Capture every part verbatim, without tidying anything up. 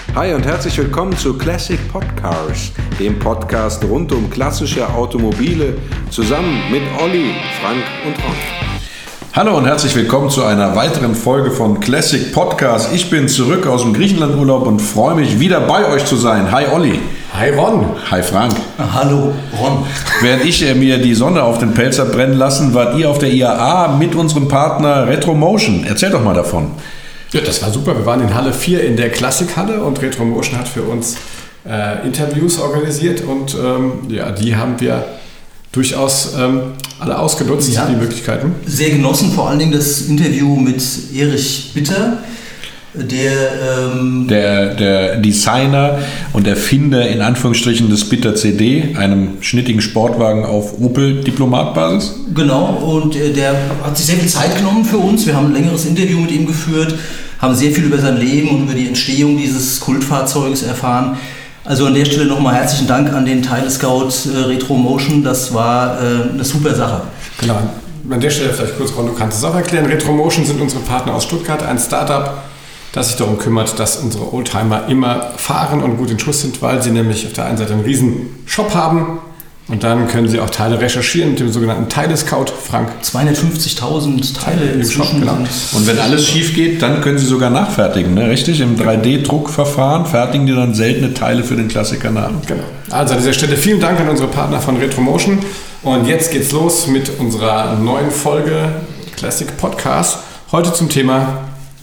Hi und herzlich willkommen zu Classic Podcars, dem Podcast rund um klassische Automobile, zusammen mit Olli, Frank und Ron. Hallo und herzlich willkommen zu einer weiteren Folge von Classic Podcast. Ich bin zurück aus dem Griechenlandurlaub und freue mich, wieder bei euch zu sein. Hi Olli. Hi Ron. Hi Frank. Hallo Ron. Während ich äh, mir die Sonne auf den Pelz habe brennen lassen, wart ihr auf der I A A mit unserem Partner Retromotion. Erzähl doch mal davon. Ja, das war super. Wir waren in Halle vier in der Klassikhalle und Retromotion hat für uns äh, Interviews organisiert und ähm, ja, die haben wir durchaus ähm, alle ausgenutzt, ja, die Möglichkeiten. Sehr genossen, vor allen Dingen das Interview mit Erich Bitter, der, ähm der, der Designer und Erfinder in Anführungsstrichen des Bitter C D, einem schnittigen Sportwagen auf Opel-Diplomatbasis. Genau, und äh, der hat sich sehr viel Zeit genommen für uns. Wir haben ein längeres Interview mit ihm geführt, haben sehr viel über sein Leben und über die Entstehung dieses Kultfahrzeuges erfahren. Also an der Stelle nochmal herzlichen Dank an den Teilescout äh, Retromotion, das war äh, eine super Sache. Genau, an der Stelle vielleicht kurz, Ron, du kannst es auch erklären. Retromotion sind unsere Partner aus Stuttgart, ein Startup, das sich darum kümmert, dass unsere Oldtimer immer fahren und gut in Schuss sind, weil sie nämlich auf der einen Seite einen riesen Shop haben und dann können sie auch Teile recherchieren mit dem sogenannten Teilescout. Frank. zweihundertfünfzigtausend Teile im Shop, genau. Und wenn alles schief geht, dann können sie sogar nachfertigen, ne? Richtig? Im drei D-Druckverfahren fertigen die dann seltene Teile für den Klassiker nach. Genau. Also an dieser Stelle vielen Dank an unsere Partner von Retromotion und jetzt geht's los mit unserer neuen Folge Classic Podcast. Heute zum Thema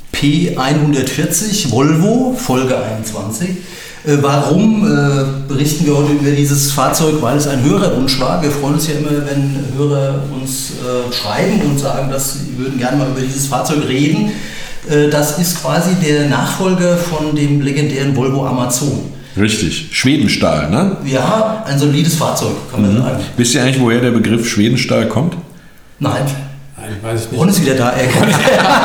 P hundertvierzig Volvo, Folge einundzwanzig. Äh, warum äh, berichten wir heute über dieses Fahrzeug? Weil es ein Hörerwunsch war. Wir freuen uns ja immer, wenn Hörer uns äh, schreiben und sagen, dass sie würden gerne mal über dieses Fahrzeug reden. Äh, das ist quasi der Nachfolger von dem legendären Volvo Amazon. Richtig, Schwedenstahl, ne? Ja, ein solides Fahrzeug, kann man mhm. sagen. Wisst ihr eigentlich, woher der Begriff Schwedenstahl kommt? Nein. Nein, weiß ich nicht. Ron ist wieder da, er kann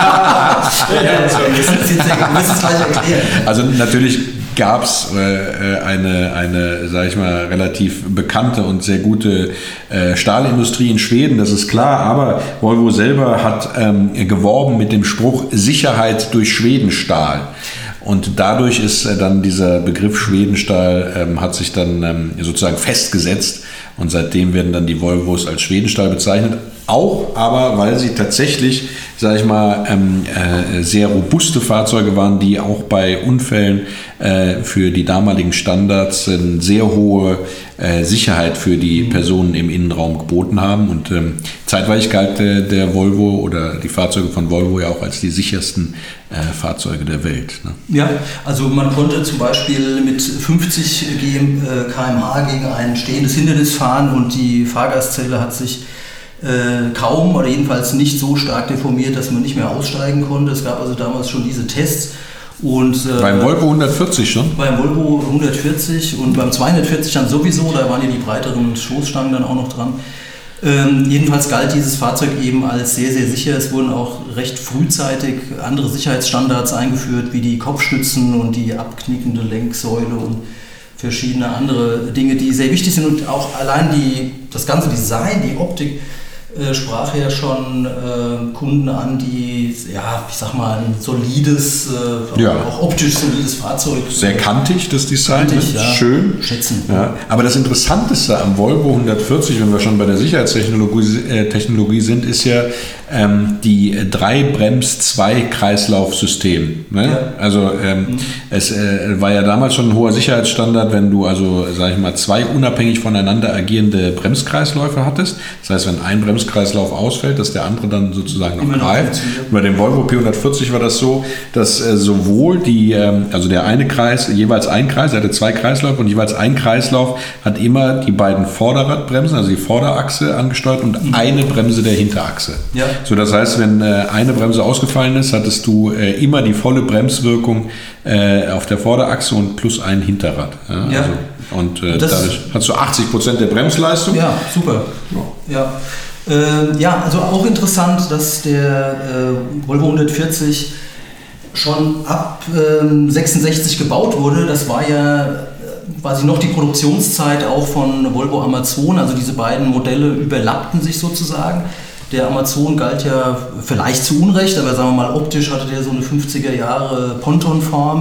es gleich erklären. Also natürlich gab es äh, eine, eine, sag ich mal, relativ bekannte und sehr gute äh, Stahlindustrie in Schweden, das ist klar, aber Volvo selber hat ähm, geworben mit dem Spruch Sicherheit durch Schwedenstahl. Und dadurch ist äh, dann dieser Begriff Schwedenstahl, ähm, hat sich dann ähm, sozusagen festgesetzt und seitdem werden dann die Volvos als Schwedenstahl bezeichnet. Auch aber, weil sie tatsächlich, sage ich mal, ähm, äh, sehr robuste Fahrzeuge waren, die auch bei Unfällen äh, für die damaligen Standards eine sehr hohe äh, Sicherheit für die Personen im Innenraum geboten haben. Und ähm, zeitweilig galt äh, der Volvo oder die Fahrzeuge von Volvo ja auch als die sichersten äh, Fahrzeuge der Welt. Ne? Ja, also man konnte zum Beispiel mit fünfzig Kilometer pro Stunde gegen ein stehendes Hindernis fahren und die Fahrgastzelle hat sich Äh, kaum oder jedenfalls nicht so stark deformiert, dass man nicht mehr aussteigen konnte. Es gab also damals schon diese Tests. Und, äh, beim Volvo hundertvierzig schon? Beim Volvo hundertvierzig und beim zweihundertvierzig dann sowieso, da waren ja die breiteren Stoßstangen dann auch noch dran. Ähm, jedenfalls galt dieses Fahrzeug eben als sehr, sehr sicher. Es wurden auch recht frühzeitig andere Sicherheitsstandards eingeführt, wie die Kopfstützen und die abknickende Lenksäule und verschiedene andere Dinge, die sehr wichtig sind. Und auch allein die, das ganze Design, die Optik, Äh, sprach ja schon äh, Kunden an, die, ja, ich sag mal, ein solides, äh, ja. auch optisch solides Fahrzeug. Sehr kantig, das Design, kantig, ja. Schön. Schätzen. Ja. Aber das Interessanteste am Volvo hundertvierzig, wenn wir schon bei der Sicherheitstechnologie äh, Technologie sind, ist ja ähm, die drei Brems zwei Kreislaufsystem. Ne? Ja. Also ähm, mhm. es äh, war ja damals schon ein hoher Sicherheitsstandard, wenn du also, sag ich mal, zwei unabhängig voneinander agierende Bremskreisläufe hattest. Das heißt, wenn ein Brems Kreislauf ausfällt, dass der andere dann sozusagen noch greift. Bei dem Volvo P hundertvierzig war das so, dass äh, sowohl die, ähm, also der eine Kreis, jeweils ein Kreis, er hatte zwei Kreisläufe und jeweils ein Kreislauf hat immer die beiden Vorderradbremsen, also die Vorderachse angesteuert und mhm. eine Bremse der Hinterachse. Ja. So, das heißt, wenn äh, eine Bremse ausgefallen ist, hattest du äh, immer die volle Bremswirkung äh, auf der Vorderachse und plus ein Hinterrad. Ja, ja. Also, und äh, dadurch hast du achtzig Prozent der Bremsleistung. Ja, super. Ja. ja. Äh, ja, also auch interessant, dass der äh, Volvo hundertvierzig schon ab äh, sechsundsechzig gebaut wurde. Das war ja äh, quasi noch die Produktionszeit auch von Volvo Amazon. Also diese beiden Modelle überlappten sich sozusagen. Der Amazon galt ja vielleicht zu Unrecht, aber sagen wir mal optisch hatte der so eine fünfziger Jahre Pontonform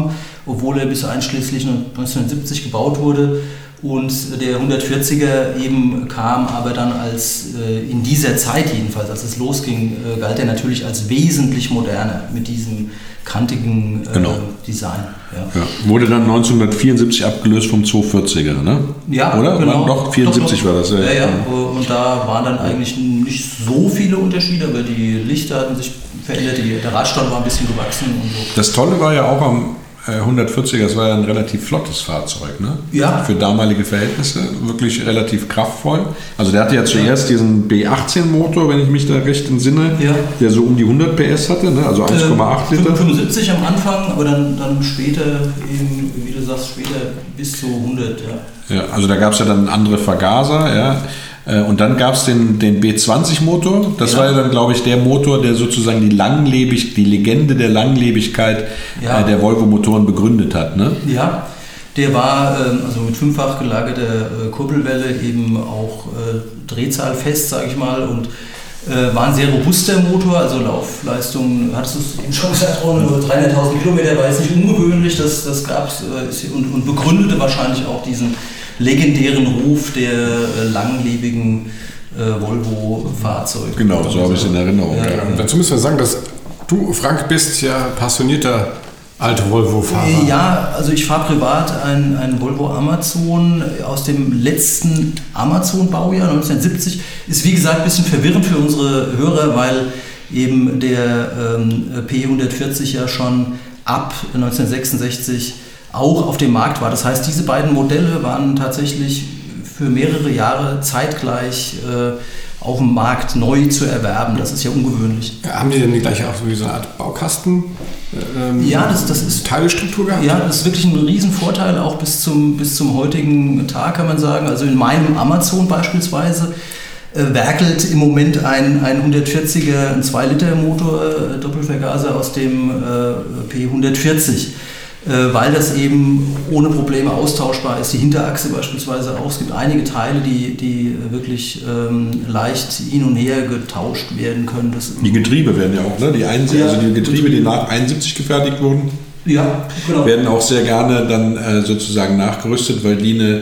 obwohl er bis einschließlich neunzehnhundertsiebzig gebaut wurde. Und der hundertvierziger eben kam aber dann als, äh, in dieser Zeit jedenfalls, als es losging, äh, galt er natürlich als wesentlich moderner mit diesem kantigen äh, genau. Design. Ja. Ja. Wurde dann neunzehnhundertvierundsiebzig abgelöst vom zweihundertvierziger, ne? Ja, oder? Genau. Doch, vierundsiebzig doch, doch. war das. Ja, ja, ja. Und da waren dann eigentlich nicht so viele Unterschiede, aber die Lichter hatten sich verändert, die, der Radstand war ein bisschen gewachsen und so. Das Tolle war ja auch am hundertvierziger, das war ja ein relativ flottes Fahrzeug, ne? Ja. Für damalige Verhältnisse, wirklich relativ kraftvoll. Also der hatte ja zuerst ja. diesen B achtzehn Motor, wenn ich mich da recht entsinne, ja. der so um die hundert P S hatte, ne? Also eins Komma acht Liter. fünfundsiebzig am Anfang, aber dann, dann später, eben, wie du sagst, später bis zu hundert, ja. Ja, also da gab es ja dann andere Vergaser, ja. Und dann gab es den, den B zwanzig Motor. Das ja. war ja dann, glaube ich, der Motor, der sozusagen die Langlebig, die Legende der Langlebigkeit ja. äh, der Volvo-Motoren begründet hat. Ne? Ja, der war ähm, also mit fünffach gelagerter äh, Kurbelwelle eben auch äh, drehzahlfest, sage ich mal, und äh, war ein sehr robuster Motor. Also Laufleistung, hattest du es eben schon gesagt, nur dreihunderttausend Kilometer, war jetzt nicht ungewöhnlich. Das, das gab es äh, und, und begründete wahrscheinlich auch diesen legendären Ruf der äh, langlebigen äh, Volvo-Fahrzeuge. Genau, so habe ich es in Erinnerung. Ja, ja. Und dazu müssen wir sagen, dass du, Frank, bist ja passionierter alter Volvo-Fahrer. Ja, also ich fahre privat ein, ein Volvo Amazon aus dem letzten Amazon-Baujahr, neunzehnhundertsiebzig. Ist wie gesagt ein bisschen verwirrend für unsere Hörer, weil eben der ähm, P hundertvierzig ja schon ab neunzehnhundertsechsundsechzig auch auf dem Markt war. Das heißt, diese beiden Modelle waren tatsächlich für mehrere Jahre zeitgleich äh, auf dem Markt neu zu erwerben. Das ist ja ungewöhnlich. Ja, haben die denn die gleiche auch so eine Art Baukasten? Ähm, ja, das, das ist Teilestruktur gehabt? Ja, das ist wirklich ein Riesenvorteil, auch bis zum, bis zum heutigen Tag, kann man sagen. Also in meinem Amazon beispielsweise äh, werkelt im Moment ein, ein hundertvierziger, ein zwei Liter Motor, äh, Doppelvergaser aus dem äh, P hundertvierzig. Weil das eben ohne Probleme austauschbar ist. Die Hinterachse beispielsweise auch. Es gibt einige Teile, die, die wirklich ähm, leicht hin und her getauscht werden können. Das die Getriebe werden ja auch, ne? Die Einse- ja, also die Getriebe, die nach einundsiebzig gefertigt wurden, ja, genau. werden auch sehr gerne dann äh, sozusagen nachgerüstet, weil die eine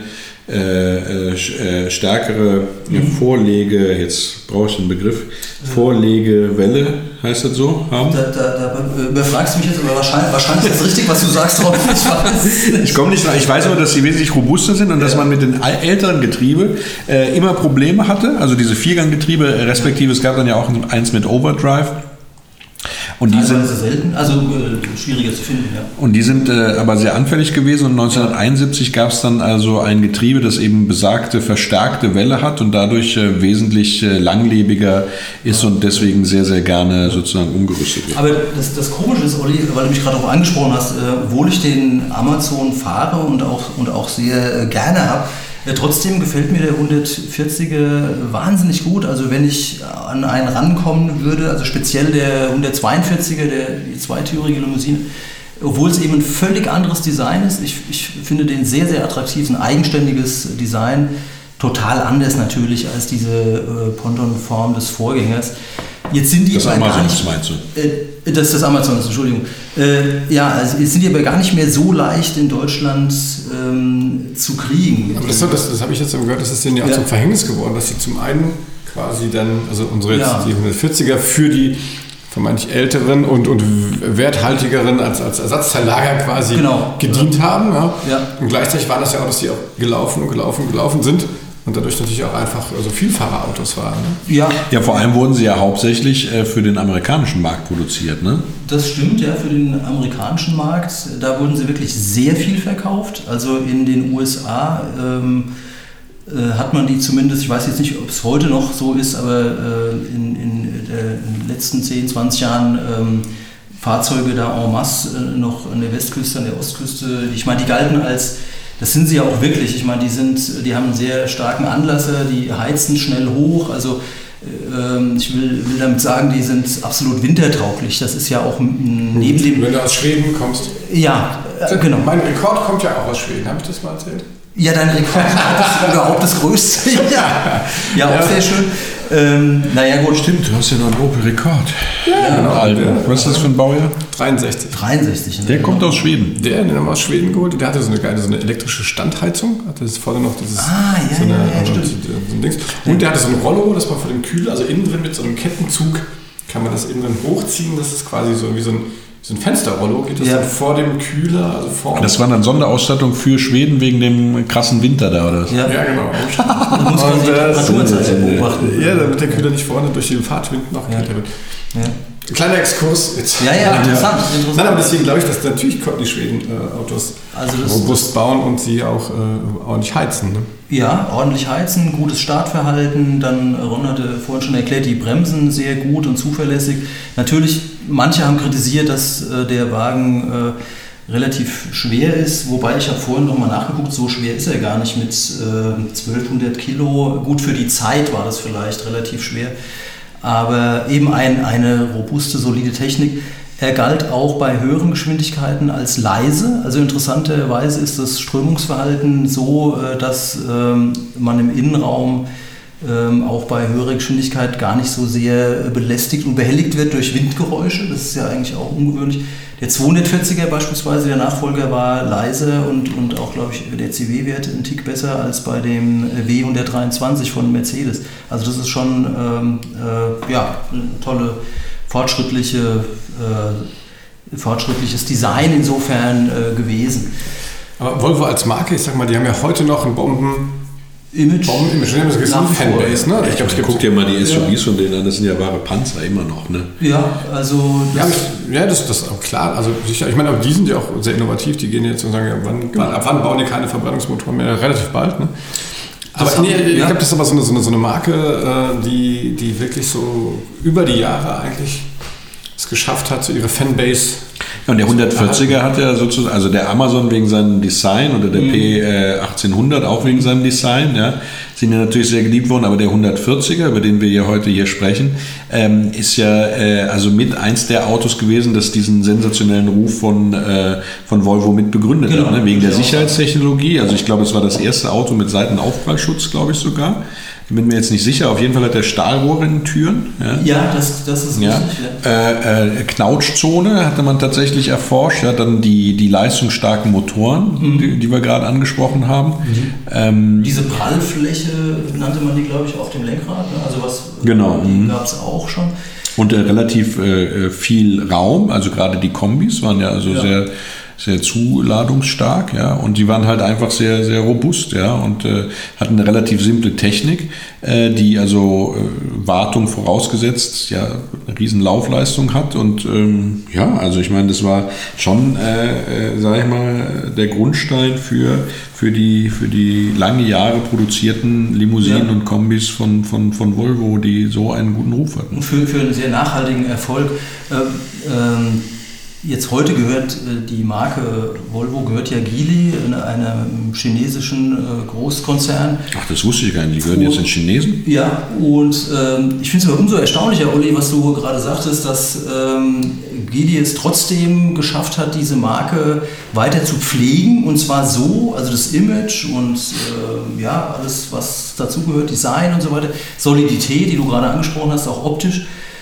äh, äh, stärkere mhm. Vorlege, jetzt brauche ich einen Begriff, Vorlegewelle, heißt das so, haben? Da, da, da überfragst du mich jetzt, aber wahrscheinlich, wahrscheinlich ist das richtig, was du sagst, Robin. Ich weiß ich komme nicht nach, ich weiß aber, dass sie wesentlich robuster sind und ja. dass man mit den älteren Getriebe äh, immer Probleme hatte, also diese Vierganggetriebe, respektive es gab dann ja auch eins mit Overdrive. Und die sind selten, also äh, schwieriger zu finden, ja. Und die sind äh, aber sehr anfällig gewesen und neunzehnhunderteinundsiebzig gab es dann also ein Getriebe, das eben besagte verstärkte Welle hat und dadurch äh, wesentlich äh, langlebiger ist und deswegen sehr, sehr gerne sozusagen umgerüstet wird. Aber das, das Komische ist, Olli, weil du mich gerade auch angesprochen hast, äh, obwohl ich den Amazon fahre und auch, und auch sehr äh, gerne habe, Ja, trotzdem gefällt mir der hundertvierziger wahnsinnig gut. Also wenn ich an einen rankommen würde, also speziell der hundertzweiundvierziger, der die zweitürige Limousine, obwohl es eben ein völlig anderes Design ist. Ich, ich finde den sehr, sehr attraktiv, ein eigenständiges Design. Total anders natürlich als diese äh, Pontonform des Vorgängers. Jetzt sind die das aber gar Amazons, nicht, meinst du? Äh, das ist das Amazons, Entschuldigung. Äh, ja, also jetzt sind die aber gar nicht mehr so leicht in Deutschland ähm, zu kriegen. Aber das, das, das habe ich jetzt gehört, das ist denen ja auch ja. zum Verhängnis geworden, dass sie zum einen quasi dann, also unsere jetzt ja. die hundertvierziger für die vermeintlich älteren und, und werthaltigeren als, als Ersatzteillager quasi genau. gedient ja. haben. Ja. Ja. Und gleichzeitig war das ja auch, dass die auch gelaufen und gelaufen und gelaufen sind. Und dadurch natürlich auch einfach also Vielfahrerautos waren. Ne? Ja. ja, vor allem wurden sie ja hauptsächlich äh, für den amerikanischen Markt produziert. Ne? Das stimmt, ja, für den amerikanischen Markt. Da wurden sie wirklich sehr viel verkauft. Also in den U S A ähm, äh, hat man die zumindest, ich weiß jetzt nicht, ob es heute noch so ist, aber äh, in, in, äh, in den letzten zehn, zwanzig Jahren ähm, Fahrzeuge da en masse äh, noch an der Westküste, an der Ostküste. Ich meine, die galten als... Das sind sie ja auch wirklich. Ich meine, die sind, die haben einen sehr starken Anlasser, die heizen schnell hoch. Also ähm, ich will, will damit sagen, die sind absolut wintertauglich. Das ist ja auch neben dem... Wenn du aus Schweden kommst. Ja, äh, genau. Mein Rekord kommt ja auch aus Schweden. Habe ich das mal erzählt? Ja, dein Rekord ist überhaupt das Größte. ja, ja, auch sehr schön. ähm, naja, gut. Stimmt, du hast ja noch einen Opel Rekord. Ja, genau. Alter. Was ist das für ein Baujahr? dreiundsechzig. dreiundsechzig. Der kommt aus Schweden. Der, den haben wir aus Schweden geholt. Der hatte so eine geile, so eine elektrische Standheizung. Hatte das vorne noch dieses. Ah, ja, so eine, ja, ja, also, stimmt. so ein Dings. Und der hatte so ein Rollo, das war vor dem Kühler, also innen drin mit so einem Kettenzug kann man das innen drin hochziehen. Das ist quasi so wie so ein, so ein Fensterrollo. Geht das Ja. dann vor dem Kühler, also vor. Das war dann Sonderausstattung für Schweden wegen dem krassen Winter da, oder? Ja, Ja, genau. da muss man Und, die äh, Temperaturzeit beobachten. Ja, damit der Kühler nicht vorne durch den Fahrtwind noch Ja. kälter wird. Ja. Kleiner Exkurs jetzt. Ja, ja, interessant, interessant. Nein, aber deswegen glaube ich, dass natürlich konnten die Schweden äh, Autos Also das- robust bauen und sie auch äh, ordentlich heizen. Ne? Ja, ordentlich heizen, gutes Startverhalten, dann Ron hatte vorhin schon erklärt, die Bremsen sehr gut und zuverlässig. Natürlich, manche haben kritisiert, dass äh, der Wagen äh, relativ schwer ist, wobei ich habe vorhin nochmal nachgeguckt, so schwer ist er gar nicht mit äh, zwölfhundert Kilo. Gut, für die Zeit war das vielleicht relativ schwer, aber eben ein, eine robuste, solide Technik. Er galt auch bei höheren Geschwindigkeiten als leise. Also interessanterweise ist das Strömungsverhalten so, dass ähm, man im Innenraum ähm, auch bei höherer Geschwindigkeit gar nicht so sehr belästigt und behelligt wird durch Windgeräusche. Das ist ja eigentlich auch ungewöhnlich. Der zweihundertvierziger beispielsweise, der Nachfolger, war leise und, und auch, glaube ich, der C W-Wert ein Tick besser als bei dem W hundertdreiundzwanzig von Mercedes. Also das ist schon ähm, äh, ja, eine tolle fortschrittliche, äh, fortschrittliches Design insofern äh, gewesen. Aber Volvo als Marke, ich sag mal, die haben ja heute noch ein Bomben... Image. Bomben-Image, die haben so Nach eine wie vor. Fanbase, ne? Ich glaube, es gibt... Guck dir mal die S U Vs von denen an, das sind ja wahre Panzer immer noch, ne? Ja, also Ja, das, ich, ja, das das ist auch klar. Also sicher, ich meine, auch die sind ja auch sehr innovativ. Die gehen jetzt und sagen, ja, wann, wann, ab wann bauen die keine Verbrennungsmotoren mehr? Relativ bald, ne? Aber Das haben- nee, ich ja. glaube, das ist aber so eine, so eine, so eine Marke, äh, die, die wirklich so über die Jahre eigentlich es geschafft hat, so ihre Fanbase. Ja, und der hundertvierziger hat ja sozusagen, also der Amazon wegen seinem Design oder der P achtzehnhundert auch wegen seinem Design, ja, sind ja natürlich sehr geliebt worden, aber der hundertvierziger, über den wir ja heute hier sprechen, ähm, ist ja äh, also mit eins der Autos gewesen, das diesen sensationellen Ruf von, äh, von Volvo mit begründet Genau, hat, ne? Wegen der ich auch. Sicherheitstechnologie. Also ich glaube, es war das erste Auto mit Seitenaufprallschutz, glaube ich sogar. Ich bin mir jetzt nicht sicher. Auf jeden Fall hat der Stahlrohre in den Türen. Ja. ja, das, das ist Ja. richtig. Ja. Äh, äh, Knautschzone hatte man tatsächlich erforscht, ja, dann die, die leistungsstarken Motoren, Mhm. die, die wir gerade angesprochen haben. Ähm, Diese Prallfläche nannte man die, glaube ich, auf dem Lenkrad. Ne? Also was Genau, die mhm. gab es auch schon. und äh, relativ äh, viel Raum, also gerade die Kombis waren ja also Ja. sehr sehr zuladungsstark, ja, und die waren halt einfach sehr, sehr robust, ja, und äh, hatten eine relativ simple Technik, äh, die also äh, Wartung vorausgesetzt, ja, eine riesen Laufleistung hat und ähm, ja, also ich meine, das war schon, äh, äh, sag ich mal, der Grundstein für, für die, für die lange Jahre produzierten Limousinen Ja. und Kombis von, von, von Volvo, die so einen guten Ruf hatten. Und für, für einen sehr nachhaltigen Erfolg. Ähm, ähm, jetzt heute gehört äh, die Marke Volvo, gehört ja Geely, einem chinesischen äh, Großkonzern. Ach, das wusste ich gar nicht, die gehören jetzt in Chinesen? Ja, und ähm, ich finde es aber umso erstaunlicher, Olli, was du gerade sagtest, dass ähm, Geely es trotzdem geschafft hat, diese Marke weiter zu pflegen, und zwar so, also das Image und ähm, ja, alles, was dazugehört, Design und so weiter, Solidität, die du gerade angesprochen hast, auch optisch,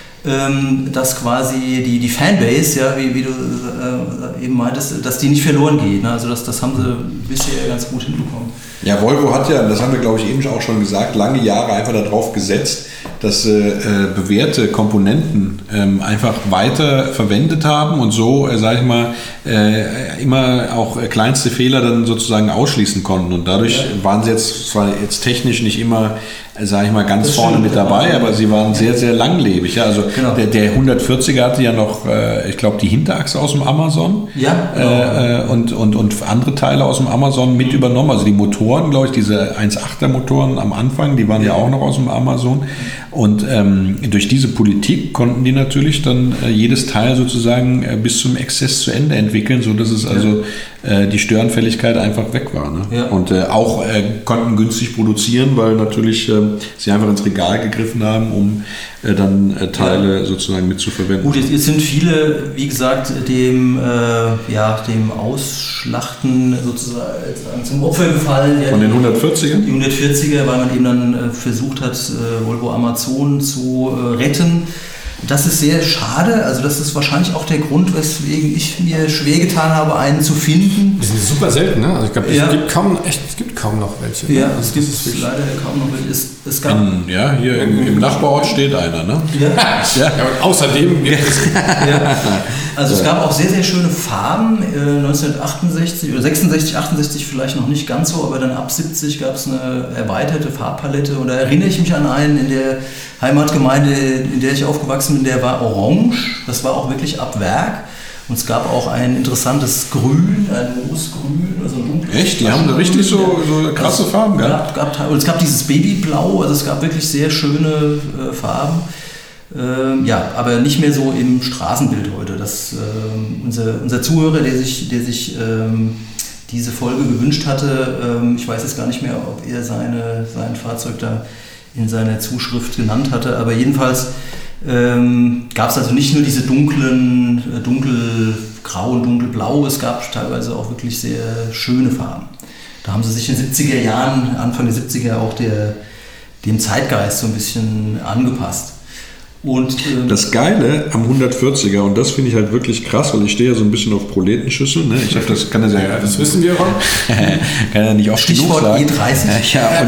ähm, dass quasi die, die Fanbase, ja, wie, wie du äh, eben meintest, dass die nicht verloren geht. Ne? Also das, das haben sie bisher ganz gut hinbekommen. Ja, Volvo hat ja, das haben wir glaube ich eben auch schon gesagt, lange Jahre einfach darauf gesetzt, dass sie äh, bewährte Komponenten ähm, einfach weiter verwendet haben und so, äh, sage ich mal, äh, immer auch äh, kleinste Fehler dann sozusagen ausschließen konnten. Und dadurch Ja. waren sie jetzt zwar jetzt technisch nicht immer, äh, sage ich mal, ganz Das vorne stimmt, mit ja. dabei, aber sie waren sehr, sehr langlebig. Ja, also Genau. der, der hundertvierziger hatte ja noch, äh, ich glaube, die Hinterachse aus dem Amazon. Ja, genau. Äh, äh, und, und, und andere Teile aus dem Amazon mit übernommen. Also die Motoren, glaube ich, diese eins Komma achter Motoren am Anfang, die waren ja auch noch aus dem Amazon. Und ähm, durch diese Politik konnten die natürlich dann äh, jedes Teil sozusagen äh, bis zum Exzess zu Ende entwickeln, sodass es also äh, die Störanfälligkeit einfach weg war. Ne? Ja. Und äh, auch äh, konnten günstig produzieren, weil natürlich äh, sie einfach ins Regal gegriffen haben, um äh, dann äh, Teile sozusagen mitzuverwenden. Gut, jetzt, jetzt sind viele, wie gesagt, dem, äh, ja, dem Ausschlachten sozusagen zum Opfer gefallen. Von den hundertvierzigern? Die hundertvierziger, weil man eben dann äh, versucht hat, äh, Volvo Amazon Amazon zu äh, retten. Das ist sehr schade, also das ist wahrscheinlich auch der Grund, weswegen ich mir schwer getan habe, einen zu finden. Die sind super selten, ne? Also ich glaube, es, ja. gibt kaum, echt, es gibt kaum noch welche. Ja, ne? es gibt leider kaum noch welche. Es, es gab In, ja, hier im, im Nachbarort steht einer, ne? ja. ja. ja, und außerdem gibt es... ja. Also es gab auch sehr, sehr schöne Farben. Äh, neunzehnhundertachtundsechzig oder sechsundsechzig, achtundsechzig vielleicht noch nicht ganz so, aber dann ab siebzig gab es eine erweiterte Farbpalette. Und da erinnere ich mich an einen in der Heimatgemeinde, in der ich aufgewachsen bin, der war orange. Das war auch wirklich ab Werk. Und es gab auch ein interessantes Grün, ein Moosgrün. Also ein dunkles Echt? Die haben da richtig so, so krasse also, Farben gehabt? Gab, gab, und es gab dieses Babyblau, also es gab wirklich sehr schöne äh, Farben. Ähm, ja, aber nicht mehr so im Straßenbild heute. Das, ähm, unser, unser Zuhörer, der sich, der sich ähm, diese Folge gewünscht hatte, ähm, ich weiß jetzt gar nicht mehr, ob er seine, sein Fahrzeug da in seiner Zuschrift genannt hatte, aber jedenfalls ähm, gab es also nicht nur diese dunklen, äh, dunkelgrau und dunkelblau, es gab teilweise auch wirklich sehr schöne Farben. Da haben sie sich in den siebziger Jahren, Anfang der siebziger auch der, dem Zeitgeist so ein bisschen angepasst. Und, ähm, das Geile am hundertvierziger, und das finde ich halt wirklich krass, weil ich stehe ja so ein bisschen auf Proletenschüssel. Ne? Ich habe das, kann das ja, ja, das wissen wir, Ron. kann ja nicht oft genug Stichwort sagen. E dreißig. Ja, und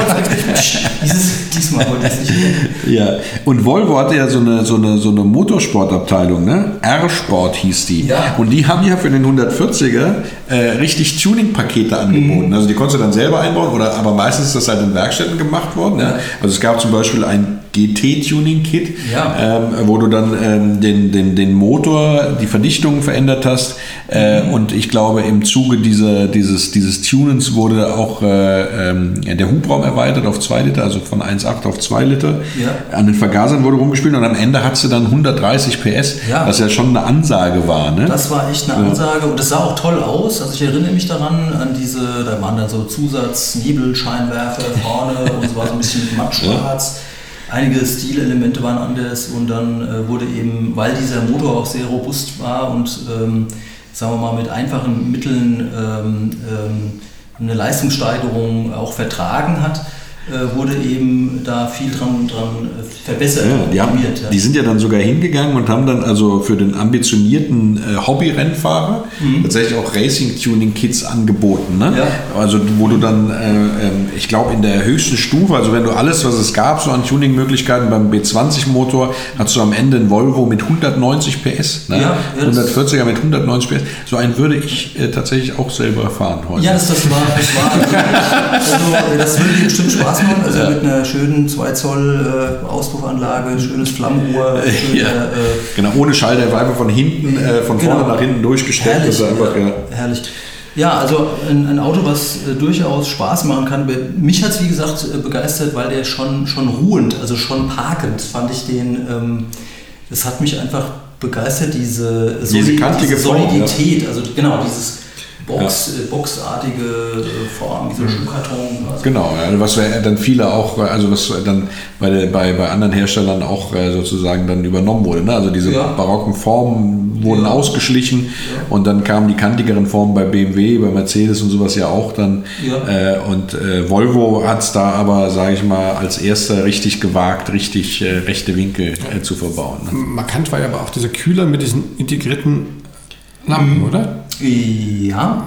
Dieses, diesmal wollte ich es nicht nehmen. ja, und Volvo hatte ja so eine, so eine, so eine Motorsportabteilung, ne? R-Sport hieß die. Ja. Und die haben ja für den hundertvierziger äh, richtig Tuning-Pakete angeboten. Mhm. Also die konntest du dann selber einbauen, oder, aber meistens ist das halt in Werkstätten gemacht worden. Ja. Ne? Also es gab zum Beispiel ein G T-Tuning-Kit, ja. ähm, wo du dann ähm, den, den, den Motor, die Verdichtung verändert hast. Äh, mhm. Und ich glaube, im Zuge dieser, dieses, dieses Tunens wurde auch äh, ähm, der Hubraum erweitert auf zwei Liter, also von eins Komma acht auf zwei Liter. Ja. An den Vergasern wurde rumgespielt und am Ende hat sie dann hundertdreißig P S, ja. was ja schon eine Ansage war. Ne? Das war echt eine Ansage und das sah auch toll aus. Also ich erinnere mich daran, an diese, da waren dann so Zusatz-Nebelscheinwerfer vorne und so war so ein bisschen mattschwarz. Ja. Einige Stilelemente waren anders und dann äh, wurde eben, weil dieser Motor auch sehr robust war und ähm, sagen wir mal mit einfachen Mitteln ähm, ähm, eine Leistungssteigerung auch vertragen hat, äh, wurde eben da viel dran, dran verbessert. Ja, die, haben, ja. die sind ja dann sogar hingegangen und haben dann also für den ambitionierten äh, Hobby-Rennfahrer mhm. tatsächlich auch Racing-Tuning-Kits angeboten. Ne? Ja. Also wo du dann, äh, ich glaube in der höchsten Stufe, also wenn du alles, was es gab, so an Tuning-Möglichkeiten beim B zwanzig Motor, hast du am Ende einen Volvo mit hundertneunzig P S, ne? Ja, ja, hundertvierziger mit hundertneunzig P S. So einen würde ich äh, tatsächlich auch selber fahren heute. Ja, das, das war, das war also, also das würde dir bestimmt Spaß machen, also ja. mit einer schönen zwei Zoll äh, Auspuffanlage, schönes Flammenrohr. Schön, ja. äh, genau, ohne Schalter, einfach von hinten, äh, von genau. vorne nach hinten durchgestellt. Herrlich, ist einfach, ja, ja. herrlich. Ja, also ein, ein Auto, was äh, durchaus Spaß machen kann. Mich hat es, wie gesagt, äh, begeistert, weil der schon, schon ruhend, also schon parkend, fand ich den, ähm, das hat mich einfach begeistert, diese, diese, Solid, kantige diese Solidität, Form, ja. also genau, dieses Box, ja. boxartige Form, wie so ein Schuhkarton. Also genau, ja, was wir dann viele auch, also was dann bei, der, bei, bei anderen Herstellern auch sozusagen dann übernommen wurde. Ne? Also diese ja. barocken Formen wurden ja. ausgeschlichen ja. und dann kamen die kantigeren Formen bei B M W, bei Mercedes und sowas ja auch dann. Ja. Äh, und äh, Volvo hat es da aber, sage ich mal, als erster richtig gewagt, richtig äh, rechte Winkel äh, zu verbauen. Ne? Markant war ja aber auch dieser Kühler mit diesen integrierten Lampen, mhm. oder? Ja.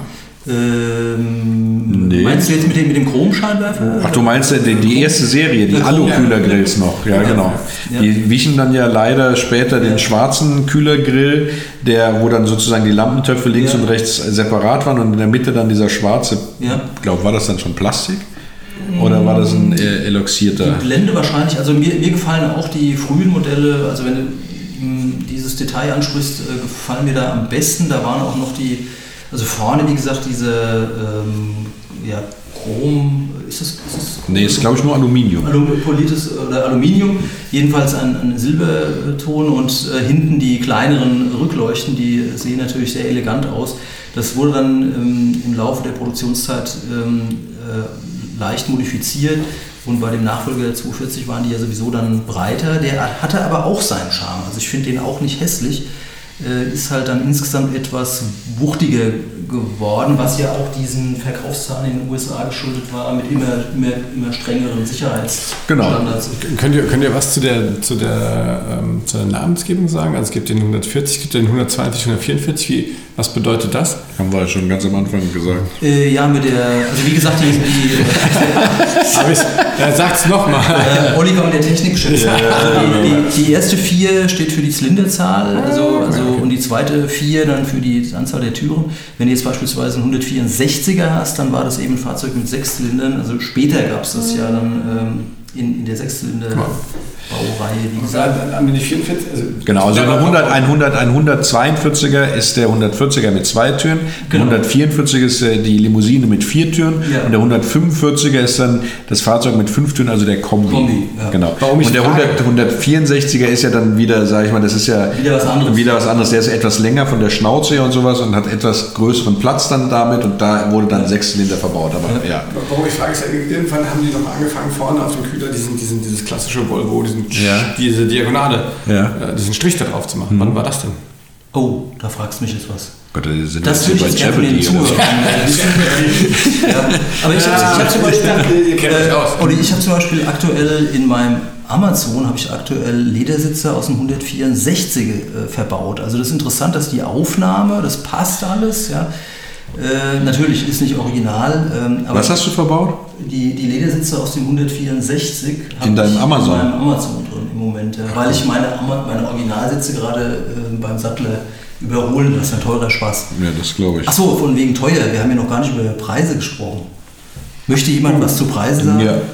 Ähm, nee. Meinst du jetzt mit dem, mit dem Chromscheinwerfer? Ach, du meinst die, die erste Serie, die Alu-Kühlergrills noch. Ja, ja, genau. Ja. Die wichen dann ja leider später den schwarzen Kühlergrill, der, wo dann sozusagen die Lampentöpfe links ja. und rechts separat waren und in der Mitte dann dieser schwarze, ja. ich glaube, war das dann schon Plastik? Oder war das ein äh, eloxierter? Die Blende wahrscheinlich. Also mir, mir gefallen auch die frühen Modelle, also wenn du dieses Detail ansprichst, äh, gefallen mir da am besten. Da waren auch noch die, also vorne, wie gesagt, diese ähm, ja, Chrom, ist das? Ist das nee, ist glaube ich nur Aluminium. Alum, Politis oder Aluminium, jedenfalls ein, ein Silberton und äh, hinten die kleineren Rückleuchten, die sehen natürlich sehr elegant aus. Das wurde dann ähm, im Laufe der Produktionszeit ähm, äh, leicht modifiziert. Und bei dem Nachfolger der zweihundertvierzig waren die ja sowieso dann breiter. Der hatte aber auch seinen Charme. Also ich finde den auch nicht hässlich. äh, ist halt dann insgesamt etwas wuchtiger geworden, was ja auch diesen Verkaufszahlen in den U S A geschuldet war, mit immer, immer, immer strengeren Sicherheitsstandards. Genau. Könnt ihr, könnt ihr was zu der, zu, der, ähm, zu der Namensgebung sagen? Also es gibt den hundertvierzig, es gibt den hundertzweiundvierzig, hundertvierundvierzig. Wie, was bedeutet das? Haben wir schon ganz am Anfang gesagt. Äh, ja, mit der, also wie gesagt, die... die Aber ich, ja, sag's nochmal. Äh, Olli war mit der Technik schon. Ja. Die, die, die erste vier steht für die Zylinderzahl, also, also okay. Und die zweite vier dann für die Anzahl der Türen. Wenn du jetzt beispielsweise einen hundertvierundsechziger hast, dann war das eben ein Fahrzeug mit sechs Zylindern. Also später gab es das ja dann ähm, in, in der Sechszylinder-Baureihe, wie gesagt. Haben wir die vierundvierzig? Also genau, also ein, hundert, ein, hundert, ein hundertzweiundvierziger ist der hundertvierziger mit zwei Türen, genau. Der hundertvierundvierziger ist die Limousine mit vier Türen ja. Und der hundertfünfundvierziger ist dann das Fahrzeug mit fünf Türen, also der Kombi. Kombi ja. Genau. Und der hundert, hundertvierundsechziger ist ja dann wieder, sage ich mal, das ist ja wieder was anderes. Wieder was anderes. Der ist etwas länger von der Schnauze und sowas und hat etwas größeren Platz dann damit und da wurde dann sechs Zylinder verbaut. Aber, ja. Warum ich frage, ist ja, irgendwann haben die doch angefangen vorne auf dem Kühler diesen, diesen, dieses klassische Volvo, diesen, ja. diese Diagonale, ja. äh, diesen Strich da drauf zu machen. Mhm. Wann war das denn? Oh, da fragst du mich jetzt was. Gott, das sind das würde ich jetzt gerne von den Zuhörern. ja. Aber ich habe hab zum Beispiel, äh, Olli, ich habe zum Beispiel aktuell in meinem Amazon habe ich aktuell Ledersitze aus dem hundertvierundsechziger äh, verbaut. Also das ist interessant, dass die Aufnahme, das passt alles, ja. Äh, natürlich ist nicht original. Ähm, aber was hast du verbaut? Die, die Ledersitze aus dem hundertvierundsechzig in deinem Amazon? In meinem Amazon drin im Moment, ja, weil ich meine, meine Originalsitze gerade äh, beim Sattler überholen. Das ist ein teurer Spaß. Ja, das glaube ich. Achso, von wegen teuer. Wir haben ja noch gar nicht über Preise gesprochen. Möchte jemand was zu Preisen sagen? Ja.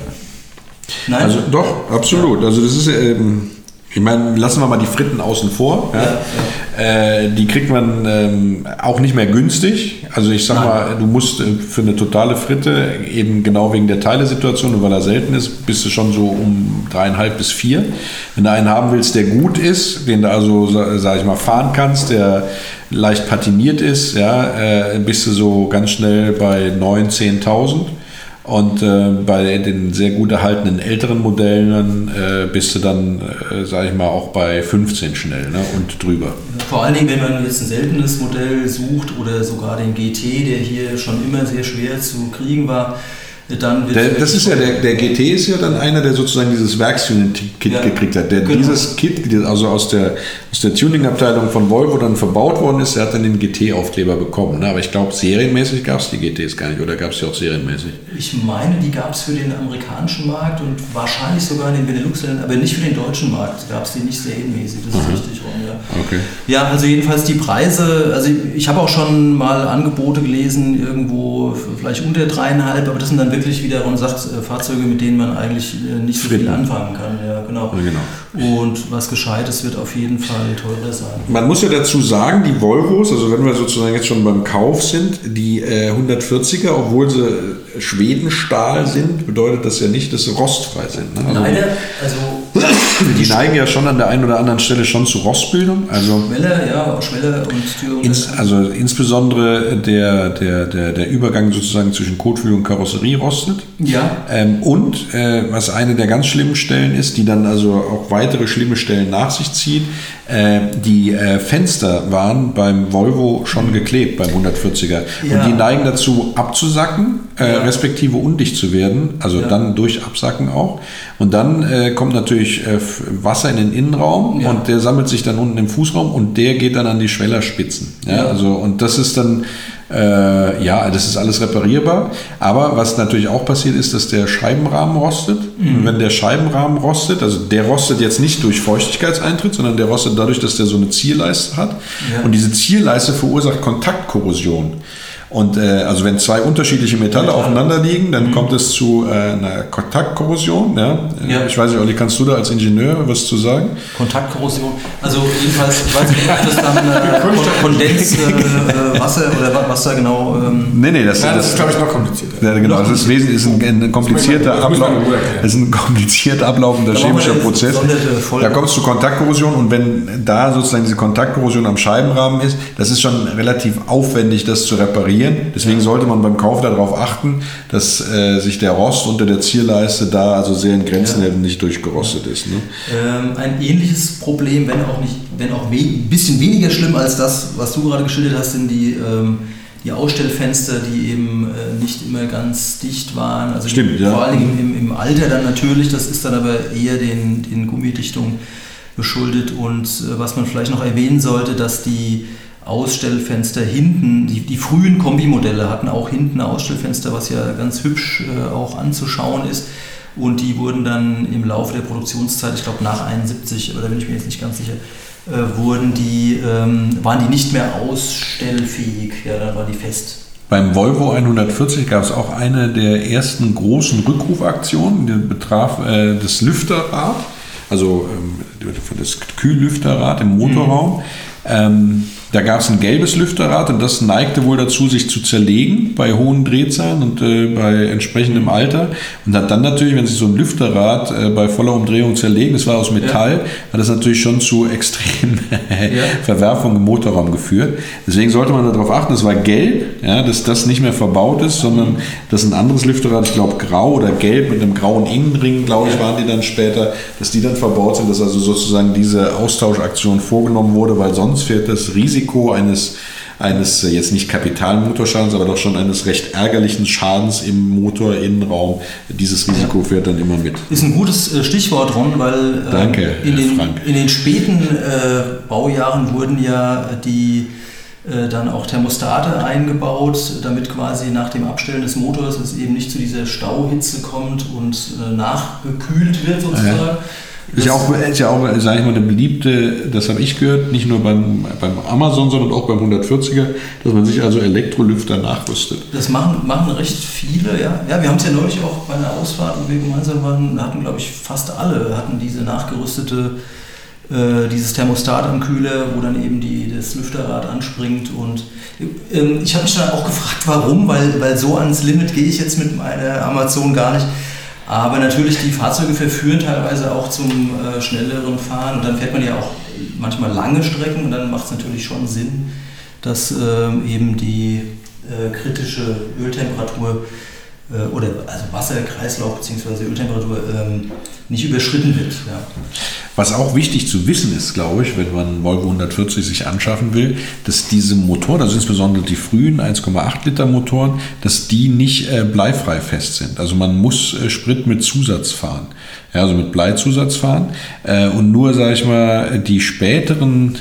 Nein? Also doch, absolut. Also das ist ähm, ich meine, lassen wir mal die Fritten außen vor. Ja? Ja, ja. Äh, die kriegt man ähm, auch nicht mehr günstig. Also ich sag Nein. mal, du musst äh, für eine totale Fritte, eben genau wegen der Teilesituation und weil er selten ist, bist du schon so um dreieinhalb bis vier. Wenn du einen haben willst, der gut ist, den du also, sag ich mal, fahren kannst, der leicht patiniert ist, ja, äh, bist du so ganz schnell bei neuntausend, zehntausend. Und äh, bei den sehr gut erhaltenen älteren Modellen äh, bist du dann, äh, sage ich mal, auch bei fünfzehn schnell, ne, und drüber. Vor allen Dingen, wenn man jetzt ein seltenes Modell sucht oder sogar den G T, der hier schon immer sehr schwer zu kriegen war, dann wird der, das ist ja der, der G T ist ja dann einer, der sozusagen dieses Werkstuning-Kit ja, gekriegt hat. Der genau. Dieses Kit, also aus der, aus der Tuning-Abteilung von Volvo dann verbaut worden ist, der hat dann den G T-Aufkleber bekommen. Ne? Aber ich glaube, serienmäßig gab es die G Ts gar nicht, oder gab es die auch serienmäßig? Ich meine, die gab es für den amerikanischen Markt und wahrscheinlich sogar in den Benelux-Ländern, aber nicht für den deutschen Markt gab es die nicht serienmäßig. Das ist mhm. richtig rum, ja. Okay. Ja, also jedenfalls die Preise, also ich, ich habe auch schon mal Angebote gelesen, irgendwo vielleicht unter dreieinhalb, aber das sind dann wirklich wiederum sagt, äh, Fahrzeuge, mit denen man eigentlich äh, nicht so Fritten. viel anfangen kann. Ja, genau. Ja, genau. Und was Gescheites wird auf jeden Fall teurer sein. Man muss ja dazu sagen, die Volvos, also wenn wir sozusagen jetzt schon beim Kauf sind, die äh, hundertvierziger, obwohl sie Schwedenstahl sind, bedeutet das ja nicht, dass sie rostfrei sind. Ne? Also, Leider, also die neigen ja schon an der einen oder anderen Stelle schon zu Rostbildung. Also Schwelle, ja, Schwelle und Tür. Ins, also insbesondere der, der, der, der Übergang sozusagen zwischen Kotflügel und Karosserie rostet. Ja. Ähm, und äh, was eine der ganz schlimmen Stellen ist, die dann also auch weitere schlimme Stellen nach sich zieht, äh, die äh, Fenster waren beim Volvo schon geklebt, beim hundertvierziger. Ja. Und die neigen dazu abzusacken, äh, ja. respektive undicht zu werden, also ja. dann durch Absacken auch. Und dann äh, kommt natürlich äh, Wasser in den Innenraum ja. und der sammelt sich dann unten im Fußraum und der geht dann an die Schwellerspitzen. Ja? Ja. Also, und das ist dann Äh, ja, das ist alles reparierbar. Aber was natürlich auch passiert ist, dass der Scheibenrahmen rostet. Mhm. Und wenn der Scheibenrahmen rostet, also der rostet jetzt nicht durch Feuchtigkeitseintritt, sondern der rostet dadurch, dass der so eine Zierleiste hat. Ja. Und diese Zierleiste verursacht Kontaktkorrosion. Und äh, also wenn zwei unterschiedliche Metalle Metall. aufeinander liegen, dann mhm. kommt es zu äh, einer Kontaktkorrosion. Ja? Ja. Ich weiß nicht, Olli, kannst du da als Ingenieur was zu sagen? Kontaktkorrosion, also jedenfalls, ich weiß nicht, ob das dann äh, Kondenswasser äh, oder was da genau... Ähm nee, nee, das, ja, das, das ist, glaube ich, noch komplizierter. Ja, genau, das ist, wesentlich, ist ein, ein komplizierter Ablauf, das ist ein kompliziert ablaufender chemischer Prozess. Da kommt es zu Kontaktkorrosion und wenn da sozusagen diese Kontaktkorrosion am Scheibenrahmen ist, das ist schon relativ aufwendig, das zu reparieren. verlieren. Deswegen ja. sollte man beim Kauf darauf achten, dass äh, sich der Rost unter der Zierleiste da also sehr in Grenzen ja. nicht durchgerostet ist. Ne? Ähm, ein ähnliches Problem, wenn auch nicht, wenn auch ein bisschen weniger schlimm als das, was du gerade geschildert hast, sind die, ähm, die Ausstellfenster, die eben äh, nicht immer ganz dicht waren. Also Stimmt, die, ja. Vor allen Dingen im, im Alter dann natürlich, das ist dann aber eher den, den Gummidichtungen geschuldet. Und äh, was man vielleicht noch erwähnen sollte, dass die Ausstellfenster hinten, die, die frühen Kombimodelle hatten auch hinten Ausstellfenster, was ja ganz hübsch äh, auch anzuschauen ist. Und die wurden dann im Laufe der Produktionszeit, ich glaube nach einundsiebzig, oder da bin ich mir jetzt nicht ganz sicher, äh, wurden die, ähm, waren die nicht mehr ausstellfähig, ja, dann war die fest. Beim Volvo hundertvierzig gab es auch eine der ersten großen Rückrufaktionen, die betraf äh, das Lüfterrad, also ähm, das Kühllüfterrad im Motorraum. Mhm. Ähm, da gab es ein gelbes Lüfterrad und das neigte wohl dazu, sich zu zerlegen bei hohen Drehzahlen und äh, bei entsprechendem Alter und hat dann natürlich, wenn sich so ein Lüfterrad äh, bei voller Umdrehung zerlegen, das war aus Metall, ja. hat das natürlich schon zu extremen ja. Verwerfungen im Motorraum geführt. Deswegen sollte man darauf achten, es war gelb, ja, dass das nicht mehr verbaut ist, sondern dass ein anderes Lüfterrad, ich glaube grau oder gelb mit einem grauen Innenring, glaube ich, waren die dann später, dass die dann verbaut sind, dass also sozusagen diese Austauschaktion vorgenommen wurde, weil sonst fährt das Risiko eines, eines jetzt nicht Kapitalmotorschadens, aber doch schon eines recht ärgerlichen Schadens im Motorinnenraum. Dieses Risiko fährt dann immer mit. Ist ein gutes Stichwort, Ron, weil Danke, äh, in, den, Frank. in den späten äh, Baujahren wurden ja die äh, dann auch Thermostate eingebaut, damit quasi nach dem Abstellen des Motors es eben nicht zu dieser Stauhitze kommt und äh, nachgekühlt wird sozusagen. Ja. Ist ja auch, ist ja auch, sage ich mal, eine beliebte, das habe ich gehört, nicht nur beim, beim Amazon, sondern auch beim hundertvierziger, dass man sich also Elektrolüfter nachrüstet. Das machen, machen recht viele, ja. Ja, wir haben es ja neulich auch bei einer Ausfahrt, wo wir gemeinsam waren, hatten, glaube ich, fast alle hatten diese nachgerüstete, äh, dieses Thermostat am Kühler, wo dann eben die, das Lüfterrad anspringt. Und ähm, ich habe mich dann auch gefragt, warum, weil, weil so ans Limit gehe ich jetzt mit meiner Amazon gar nicht. Aber natürlich, die Fahrzeuge verführen teilweise auch zum äh, schnelleren Fahren und dann fährt man ja auch manchmal lange Strecken und dann macht es natürlich schon Sinn, dass ähm, eben die äh, kritische Öltemperatur äh, oder also Wasserkreislauf bzw. Öltemperatur ähm, nicht überschritten wird. Ja. Was auch wichtig zu wissen ist, glaube ich, wenn man einen Volvo hundertvierzig sich anschaffen will, dass diese Motoren, also insbesondere die frühen eins Komma acht Liter Motoren, dass die nicht äh, bleifrei fest sind. Also man muss äh, Sprit mit Zusatz fahren, ja, also mit Bleizusatz fahren. Äh, und nur, sage ich mal, die späteren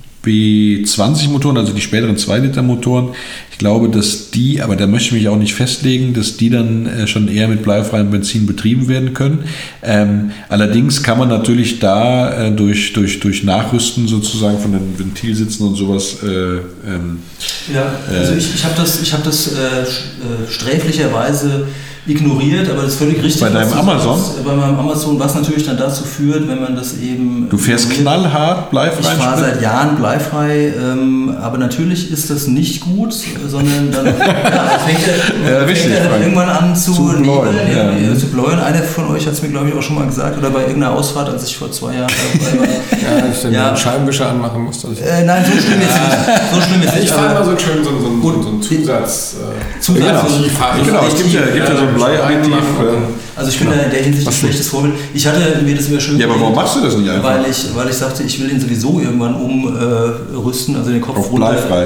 B zwanzig Motoren, also die späteren zwei Liter Motoren, ich glaube, dass die, aber da möchte ich mich auch nicht festlegen, dass die dann äh, schon eher mit bleifreiem Benzin betrieben werden können. Ähm, allerdings kann man natürlich da äh, durch, durch, durch Nachrüsten sozusagen von den Ventilsitzen und sowas äh, ähm, ja, also ich, ich habe das, ich hab das äh, sträflicherweise ignoriert, aber das ist völlig richtig. Bei deinem Amazon? Sagst, bei meinem Amazon, was natürlich dann dazu führt, wenn man das eben... Du fährst knallhart bleifrei? Ich fahre seit Jahren bleifrei, ähm, aber natürlich ist das nicht gut, sondern dann, ja, das fängt ja, ja, richtig, fängt ja dann irgendwann an zu, zu bläuen. Ja, ja. Zu bläuen. Einer von euch hat es mir, glaube ich, auch schon mal gesagt, oder bei irgendeiner Ausfahrt, als ich vor zwei Jahren dabei war. Ja, ich dann ja. einen Scheibenwischer anmachen musste. Äh, nein, so schlimm ist nicht. So schlimm ist ich nicht. fahre immer so schön so, so, so, so einen Zusatz. Äh, Zusatz. Genau, ich, genau. Es gibt ja, gibt ja so ein Bleiadditiv. Also ich bin da in der Hinsicht ein schlechtes Vorbild. Ich hatte mir das immer schön Ja, aber warum machst du das nicht einfach? Weil ich, weil ich sagte, ich will ihn sowieso irgendwann umrüsten, äh, also den Kopf auf runter. Bleifrei.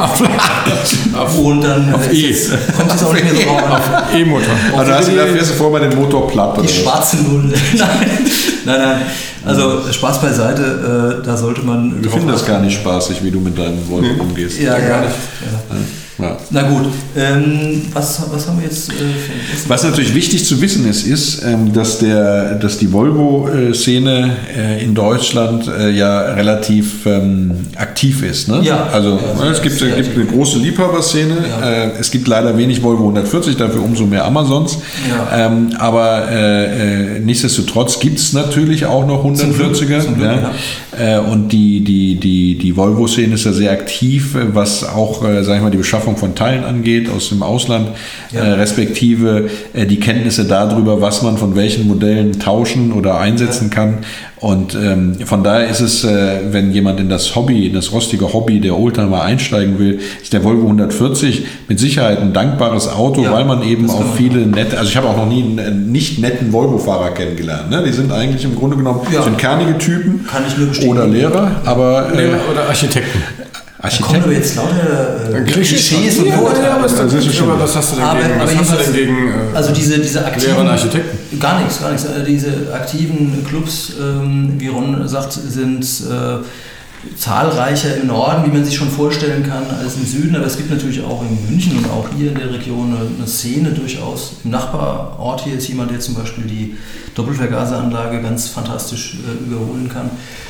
Und dann auf E. kommt es auch nicht mehr so raus. Auf E-Motor. Also hast du dafür vor mal den Motor platt. Die schwarze Null. Nein, nein, nein. Also Spaß beiseite, äh, da sollte man... Ich finde das gar nicht spaßig, wie du mit deinem Volvo umgehst. Ja, ja, gar nicht. Ja. Ja. Na gut, ähm, was, was haben wir jetzt äh, vergessen? Was natürlich wichtig zu wissen ist, ist, ähm, dass, der, dass die Volvo-Szene äh, in Deutschland äh, ja relativ ähm, aktiv ist. Ne? Ja. Also ja, äh, es gibt, es gibt eine große Liebhaberszene. Ja. Äh, es gibt leider wenig Volvo hundertvierzig, dafür umso mehr Amazons. Ja. Ähm, aber äh, äh, nichtsdestotrotz gibt es natürlich auch noch hundertvierziger. Zum Glück, zum Glück, ja. Ja. Äh, und die, die, die, die Volvo-Szene ist ja sehr aktiv, was auch, äh, sag ich mal, die Beschaffung Beschaffung von Teilen angeht aus dem Ausland, ja. äh, respektive äh, die Kenntnisse darüber, was man von welchen Modellen tauschen oder einsetzen ja. kann. Und ähm, von daher ist es, äh, wenn jemand in das Hobby, in das rostige Hobby der Oldtimer einsteigen will, ist der Volvo hundertvierzig mit Sicherheit ein dankbares Auto, ja, weil man eben auch viele nette, also ich habe auch noch nie einen nicht netten Volvo-Fahrer kennengelernt. Ne? Die sind eigentlich im Grunde genommen ja. sind kernige Typen Kann ich nur bestätigen. oder Lehrer, aber äh, Lehrer oder Architekten. Architekten. Da kommen jetzt lauter äh, Klischees und Vorurteile. Ja, was, was hast du denn aber, gegen, aber was hast du denn gegen äh, also diese, diese aktiven, Lehrer und Architekten? Gar nichts, gar nichts. Also diese aktiven Clubs, ähm, wie Ron sagt, sind äh, zahlreicher im Norden, wie man sich schon vorstellen kann, als im Süden. Aber es gibt natürlich auch in München und auch hier in der Region eine, eine Szene durchaus. Im Nachbarort hier ist jemand, der zum Beispiel die Doppelvergaseranlage ganz fantastisch äh, überholen kann.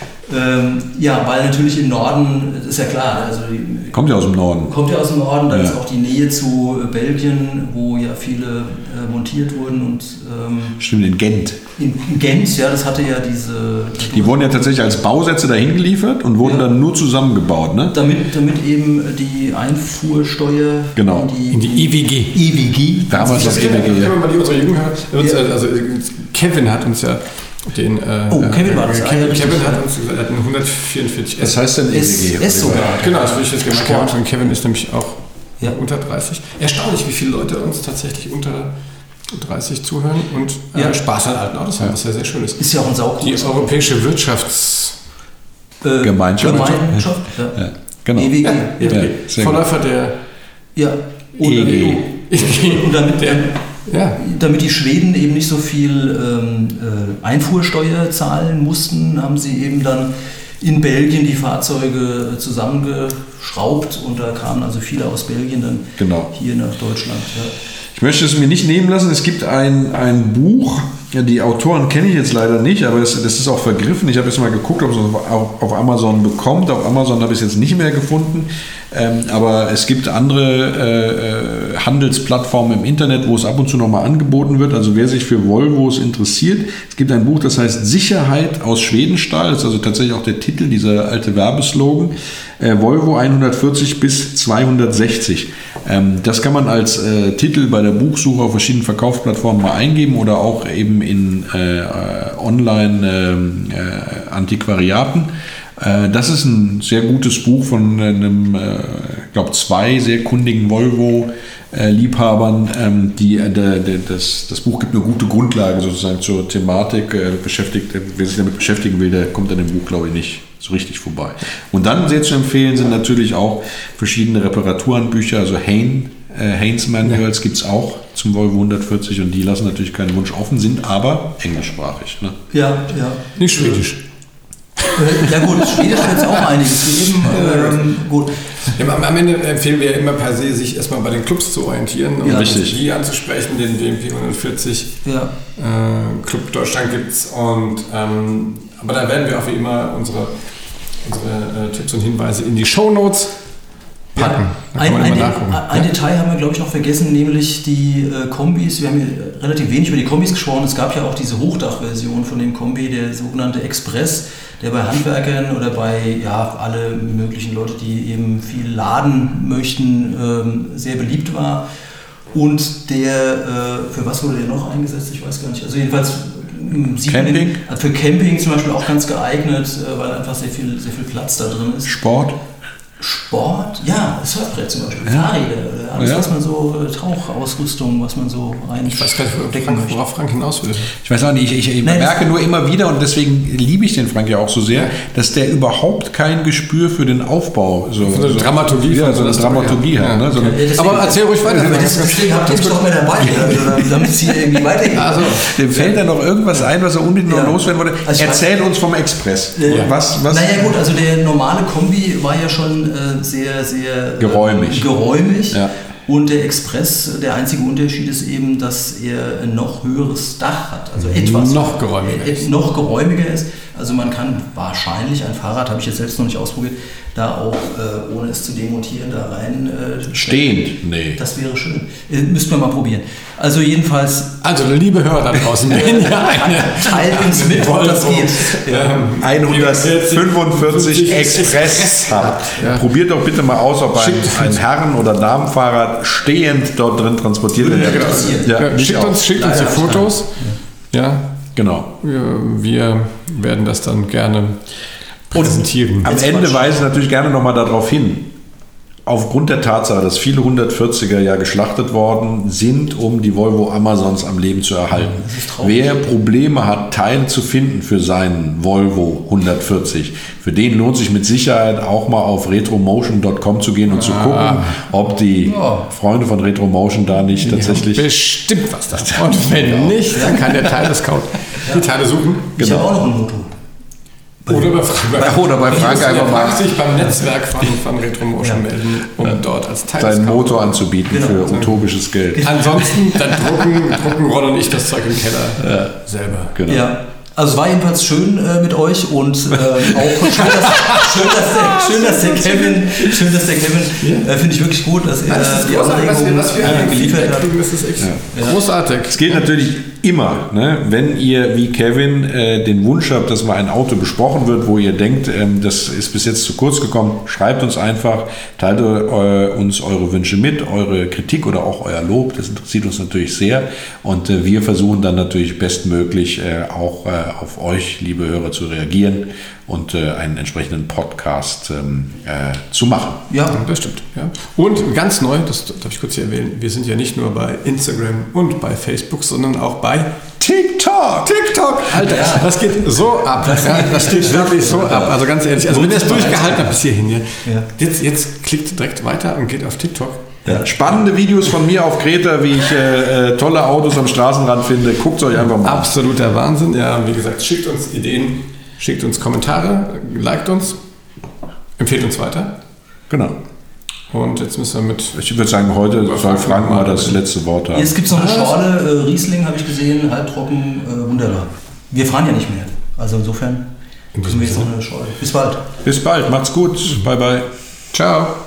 Ähm, ja, weil natürlich im Norden, ist ja klar, also die, kommt ja aus dem Norden. Kommt ja aus dem Norden, dann ja. ist auch die Nähe zu äh, Belgien, wo ja viele äh, montiert wurden und ähm, stimmt, in Gent. In, in Gent, ja, das hatte ja diese... Die wurden ja tatsächlich als Bausätze dahin geliefert und wurden ja. dann nur zusammengebaut, ne? Damit, damit eben die Einfuhrsteuer genau. in die, in die E W G. E W G. Damals das E W G. Wenn man mal die unsere Jugend hört, ja. also Kevin hat uns ja den... Äh, oh, Kevin war das. Kevin, Kevin, Kevin hat uns hat einen hundertvierundvierzig S. Das heißt dann E W G. S, S sogar. Genau, das würde ich jetzt gerne mal sagen. Kevin ist nämlich auch ja. unter dreißig. Erstaunlich, wie viele Leute uns tatsächlich unter dreißig zuhören und äh, ja. Spaß an alten Autos haben, was ja sehr schön ist. Ist ja auch ein Saugroß. Die europäische Wirtschafts... Äh, Gemeinschaft. Gemeinschaft, ja. ja. Genau. E W G. Ja, E W G. Ja, Vorläufer der... Ja. E G. Und damit, der, ja. damit die Schweden eben nicht so viel ähm, äh, Einfuhrsteuer zahlen mussten, haben sie eben dann in Belgien die Fahrzeuge zusammengeschraubt und da kamen also viele aus Belgien dann genau. hier nach Deutschland. Ja. Ich möchte es mir nicht nehmen lassen, es gibt ein, ein Buch, ja, die Autoren kenne ich jetzt leider nicht, aber es, das ist auch vergriffen. Ich habe jetzt mal geguckt, ob es auf, auf Amazon bekommt. Auf Amazon habe ich es jetzt nicht mehr gefunden. Ähm, aber es gibt andere äh, Handelsplattformen im Internet, wo es ab und zu nochmal angeboten wird. Also wer sich für Volvos interessiert, es gibt ein Buch, das heißt Sicherheit aus Schwedenstahl. Das ist also tatsächlich auch der Titel, dieser alte Werbeslogan. Äh, Volvo hundertvierzig bis zweihundertsechzig. Ähm, das kann man als äh, Titel bei der Buchsuche auf verschiedenen Verkaufsplattformen mal eingeben oder auch eben in äh, Online-Antiquariaten. Äh, äh, das ist ein sehr gutes Buch von einem, äh, ich glaube, zwei sehr kundigen Volvo-Liebhabern. Ähm, die, äh, der, der, das, das Buch gibt eine gute Grundlage sozusagen zur Thematik. Äh, beschäftigt, wer sich damit beschäftigen will, der kommt an dem Buch, glaube ich, nicht so richtig vorbei. Und dann sehr zu empfehlen sind natürlich auch verschiedene Reparaturenbücher, also Hain, äh, Hain's Manuals ja. gibt es auch zum Volvo hundertvierzig und die lassen natürlich keinen Wunsch offen, sind aber englischsprachig. Ne? Ja, ja. Nicht Schwedisch. Ja gut, Schwedisch wird es auch einiges geben. Ähm, gut. Ja, am Ende empfehlen wir ja immer per se, sich erstmal bei den Clubs zu orientieren und ja, richtig. die anzusprechen, den W M P hundertvierzig ja. äh, Club Deutschland gibt es. Ähm, aber da werden wir auch wie immer unsere, unsere äh, Tipps und Hinweise in die Shownotes packen. Ja. Ein, ein, ein, ein Detail haben wir, glaube ich, noch vergessen, nämlich die äh, Kombis. Wir haben hier relativ wenig über die Kombis gesprochen. Es gab ja auch diese Hochdachversion von dem Kombi, der sogenannte Express, der bei Handwerkern oder bei ja, alle möglichen Leute, die eben viel laden möchten, ähm, sehr beliebt war. Und der, äh, für was wurde der noch eingesetzt? Ich weiß gar nicht. Also jedenfalls Camping? Den, für Camping zum Beispiel auch ganz geeignet, äh, weil einfach sehr viel, sehr viel Platz da drin ist. Sport? Sport, ja, Surfbrett zum Beispiel, ja. Fahrräder, alles, ja. was man so, Tauchausrüstung, was man so rein. Ich weiß gar nicht, Frank, worauf Frank hinaus will. Ich weiß auch nicht, ich, ich Nein, merke nur immer wieder, und deswegen liebe ich den Frank ja auch so sehr, dass der überhaupt kein Gespür für den Aufbau, so, so eine Dramaturgie, ja, so eine Dramaturgie hat. Ne? So ja, aber erzähl ruhig weiter. Deswegen habt ihr mich doch mal dabei, damit es hier irgendwie weitergeht. Also, dem fällt da noch irgendwas ein, was er unbedingt noch loswerden wollte. Also Erzähl uns vom Express. Ja. Was, was? Naja gut, also der normale Kombi war ja schon äh, sehr, sehr geräumig. Äh, geräumig. Ja. Und der Express, der einzige Unterschied ist eben, dass er ein noch höheres Dach hat. Also etwas. Noch geräumiger äh, ist. Noch geräumiger ist. Also man kann wahrscheinlich ein Fahrrad, habe ich jetzt selbst noch nicht ausprobiert, da auch, äh, ohne es zu demontieren, da rein... Äh, Stehend? Nee. Das wäre schön. Äh, müssten wir mal probieren. Also jedenfalls... Also liebe Hörer da draußen, wenn ihr eine... Teilt uns mit, ob das geht. Ja. hundertfünfundvierzig Express habt. Ja. Probiert doch bitte mal aus, ob ein, ein Herren- oder Damenfahrrad stehend dort drin transportiert wird. Ja, ja, schickt uns, schickt uns die Fotos. Ja, genau. Wir, wir werden das dann gerne präsentieren. Am Ende weise ich natürlich gerne nochmal darauf hin, aufgrund der Tatsache, dass viele hundertvierziger ja geschlachtet worden sind, um die Volvo Amazons am Leben zu erhalten. Wer Probleme hat, Teile zu finden für seinen Volvo hundertvierzig, für den lohnt sich mit Sicherheit auch mal auf retromotion punkt com zu gehen und zu gucken, ob die Ja. Freunde von Retromotion da nicht tatsächlich... Bestimmt was da. Und wenn nicht, dann kann der Teile-Scout die Teile suchen. Ich habe auch noch ein Moto. Oder bei Frank, Oder bei Frank einfach mal sich beim Netzwerk von, von Retromotion melden, um dort als Teil seinen Motor anzubieten Genau. für utopisches Geld. Ansonsten, dann drucken, drucken Ron und ich das Zeug im Keller ja. selber. Genau. Ja. Also es war jedenfalls schön äh, mit euch und äh, auch schön, dass, schön, dass der, schön, dass der Kevin, schön, dass der Kevin, äh, finde ich wirklich gut, dass er Das ist die großartig, was wir, was wir Anregung an geliefert Feedback hat. kriegen, das ist echt Ja. großartig. Es geht natürlich immer, ne, wenn ihr wie Kevin äh, den Wunsch habt, dass mal ein Auto besprochen wird, wo ihr denkt, ähm, das ist bis jetzt zu kurz gekommen, schreibt uns einfach, teilt äh, uns eure Wünsche mit, eure Kritik oder auch euer Lob, das interessiert uns natürlich sehr und äh, wir versuchen dann natürlich bestmöglich äh, auch äh, auf euch, liebe Hörer, zu reagieren und äh, einen entsprechenden Podcast ähm, äh, zu machen. Ja, Das stimmt. Ja. Und ganz neu, das darf ich kurz hier erwähnen, wir sind ja nicht nur bei Instagram und bei Facebook, sondern auch bei TikTok. TikTok! Alter, Ja. das geht so ab. Das, ja, das geht wirklich so ab. Also ganz ehrlich, also wenn ihr es durchgehalten habt bis hierhin, ja, Ja. Jetzt, jetzt klickt direkt weiter und geht auf TikTok. Ja. Spannende Videos von mir auf Kreta, wie ich äh, äh, tolle Autos am Straßenrand finde. Guckt es euch einfach mal an. Absoluter Wahnsinn. Ja, wie gesagt, schickt uns Ideen, schickt uns Kommentare, liked uns, empfehlt uns weiter. Genau. Und jetzt müssen wir mit... Ich würde sagen, heute soll Frank mal das letzte Wort haben. jetzt gibt es noch eine Schorle, äh, Riesling habe ich gesehen, halbtrocken, äh, wunderbar. Wir fahren ja nicht mehr, also insofern In diesem können wir jetzt Sinne. noch eine Schorle. Bis bald. Bis bald, macht's gut. Bye, bye. Ciao.